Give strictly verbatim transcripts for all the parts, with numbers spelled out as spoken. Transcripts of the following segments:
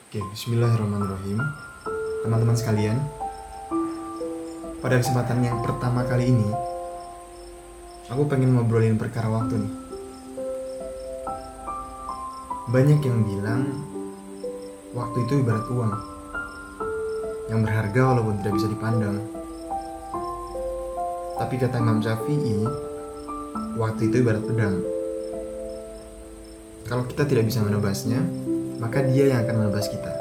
Oke, bismillahirrahmanirrahim. Teman-teman sekalian, pada kesempatan yang pertama kali ini, aku pengen ngobrolin perkara waktu nih. Banyak yang bilang, waktu itu ibarat uang, yang berharga walaupun tidak bisa dipandang. Tapi kata Imam Syafi'i, waktu itu ibarat pedang. Kalau kita tidak bisa menebasnya, maka dia yang akan menebas kita.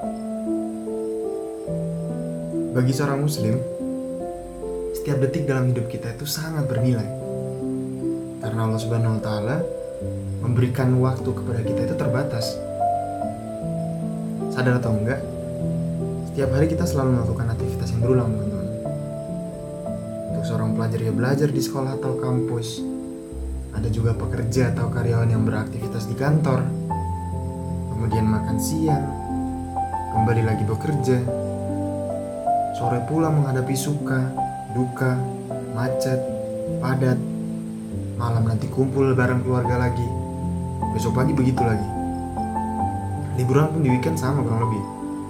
Bagi seorang muslim, setiap detik dalam hidup kita itu sangat bernilai. Karena Allah Subhanahu wa taala memberikan waktu kepada kita itu terbatas. Sadar atau enggak, setiap hari kita selalu melakukan aktivitas yang berulang, teman-teman. Untuk seorang pelajar ya belajar di sekolah atau kampus. Ada juga pekerja atau karyawan yang beraktivitas di kantor. Kemudian makan siang, kembali lagi bekerja, sore pulang menghadapi suka, duka, macet, padat, malam nanti kumpul bareng keluarga lagi, besok pagi begitu lagi. Liburan pun di weekend sama kurang lebih.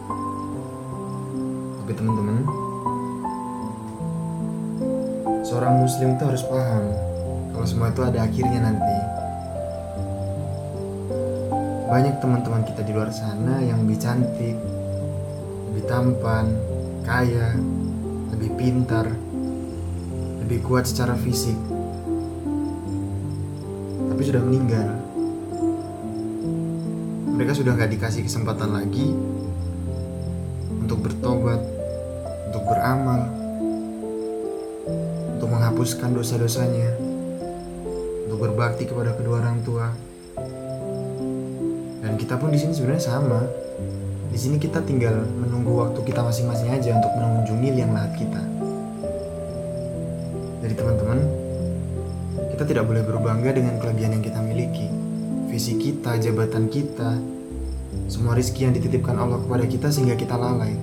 Tapi teman-teman, seorang muslim itu harus paham kalau semua itu ada akhirnya nanti. Banyak teman-teman kita di luar sana yang lebih cantik, lebih tampan, kaya, lebih pintar, lebih kuat secara fisik, tapi sudah meninggal. Mereka sudah gak dikasih kesempatan lagi untuk bertobat, untuk beramal, untuk menghapuskan dosa-dosanya, untuk berbakti kepada kedua orang tua. Dan kita pun di sini sebenarnya sama. Di sini kita tinggal menunggu waktu kita masing-masing aja untuk mengunjungi liang lahat kita. Jadi teman-teman, kita tidak boleh berbangga dengan kelebihan yang kita miliki. Visi kita, jabatan kita, semua rezeki yang dititipkan Allah kepada kita sehingga kita lalai.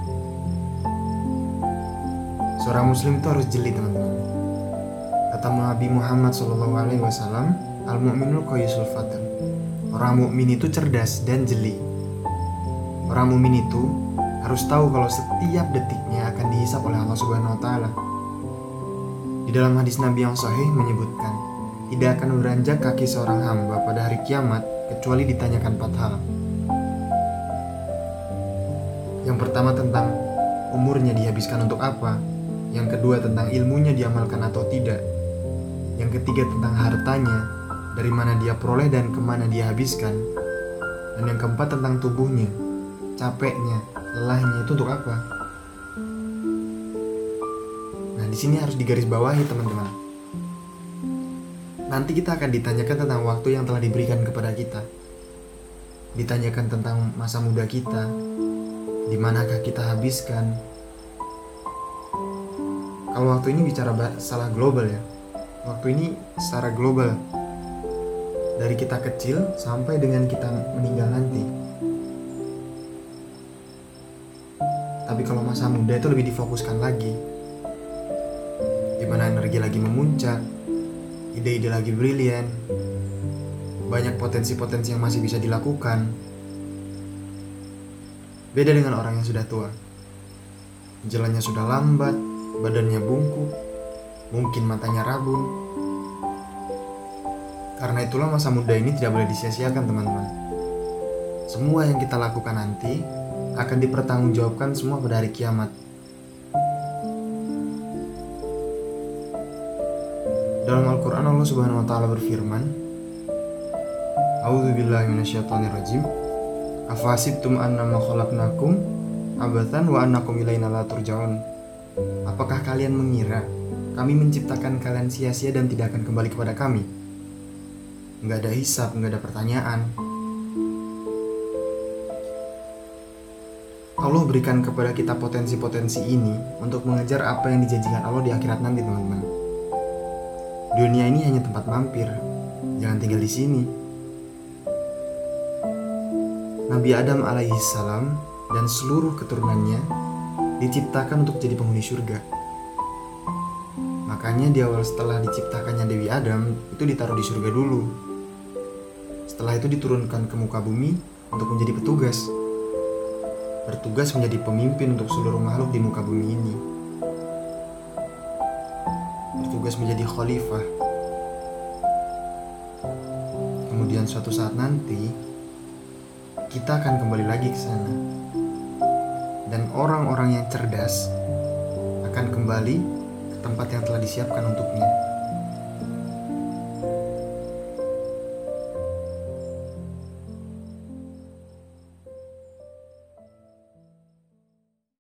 Seorang muslim itu harus jeli, teman-teman. Kata Nabi Muhammad shallallahu alaihi wasallam, al-mu'minul qayyisul fatir. Orang mukmin itu cerdas dan jeli. Orang mukmin itu harus tahu kalau setiap detiknya akan dihisap oleh Allah Subhanahu wa taala. Di dalam hadis Nabi yang sahih menyebutkan, tidak akan beranjak kaki seorang hamba pada hari kiamat kecuali ditanyakan empat hal. Yang pertama tentang umurnya dihabiskan untuk apa. Yang kedua tentang ilmunya diamalkan atau tidak. Yang ketiga tentang hartanya, dari mana dia peroleh dan kemana dia habiskan. Dan yang keempat tentang tubuhnya, capeknya, lelahnya itu untuk apa. Nah, di sini harus digarisbawahi, teman-teman. Nanti kita akan ditanyakan tentang waktu yang telah diberikan kepada kita. Ditanyakan tentang masa muda kita, di manakah kita habiskan. Kalau waktu ini bicara salah global ya. Waktu ini secara global, dari kita kecil sampai dengan kita meninggal nanti. Tapi kalau masa muda itu lebih difokuskan lagi, dimana energi lagi memuncak, ide-ide lagi brilian, banyak potensi-potensi yang masih bisa dilakukan. Beda dengan orang yang sudah tua. Jalannya sudah lambat, badannya bungkuk, mungkin matanya rabun. Karena itulah masa muda ini tidak boleh disia-siakan, teman-teman. Semua yang kita lakukan nanti akan dipertanggungjawabkan semua pada hari kiamat. Dalam Al-Quran Allah Subhanahu wa taala berfirman, A'udzubillahi minasyaitonirrajim. Afahasibtum annama khalaqnakum abathan wa annakum ilaina la turja'un. Apakah kalian mengira kami menciptakan kalian sia-sia dan tidak akan kembali kepada kami? Nggak ada hisab, nggak ada pertanyaan. Allah berikan kepada kita potensi-potensi ini untuk mengejar apa yang dijanjikan Allah di akhirat nanti, teman-teman. Dunia ini hanya tempat mampir, jangan tinggal di sini. Nabi Adam alaihi salam dan seluruh keturunannya diciptakan untuk jadi penghuni surga. Makanya di awal setelah diciptakannya Dewi Adam itu ditaruh di surga dulu. Setelah itu diturunkan ke muka bumi untuk menjadi petugas. bertugas menjadi pemimpin untuk seluruh makhluk di muka bumi ini. Bertugas menjadi khalifah. Kemudian suatu saat nanti kita akan kembali lagi ke sana. Dan orang-orang yang cerdas akan kembali ke tempat yang telah disiapkan untuknya.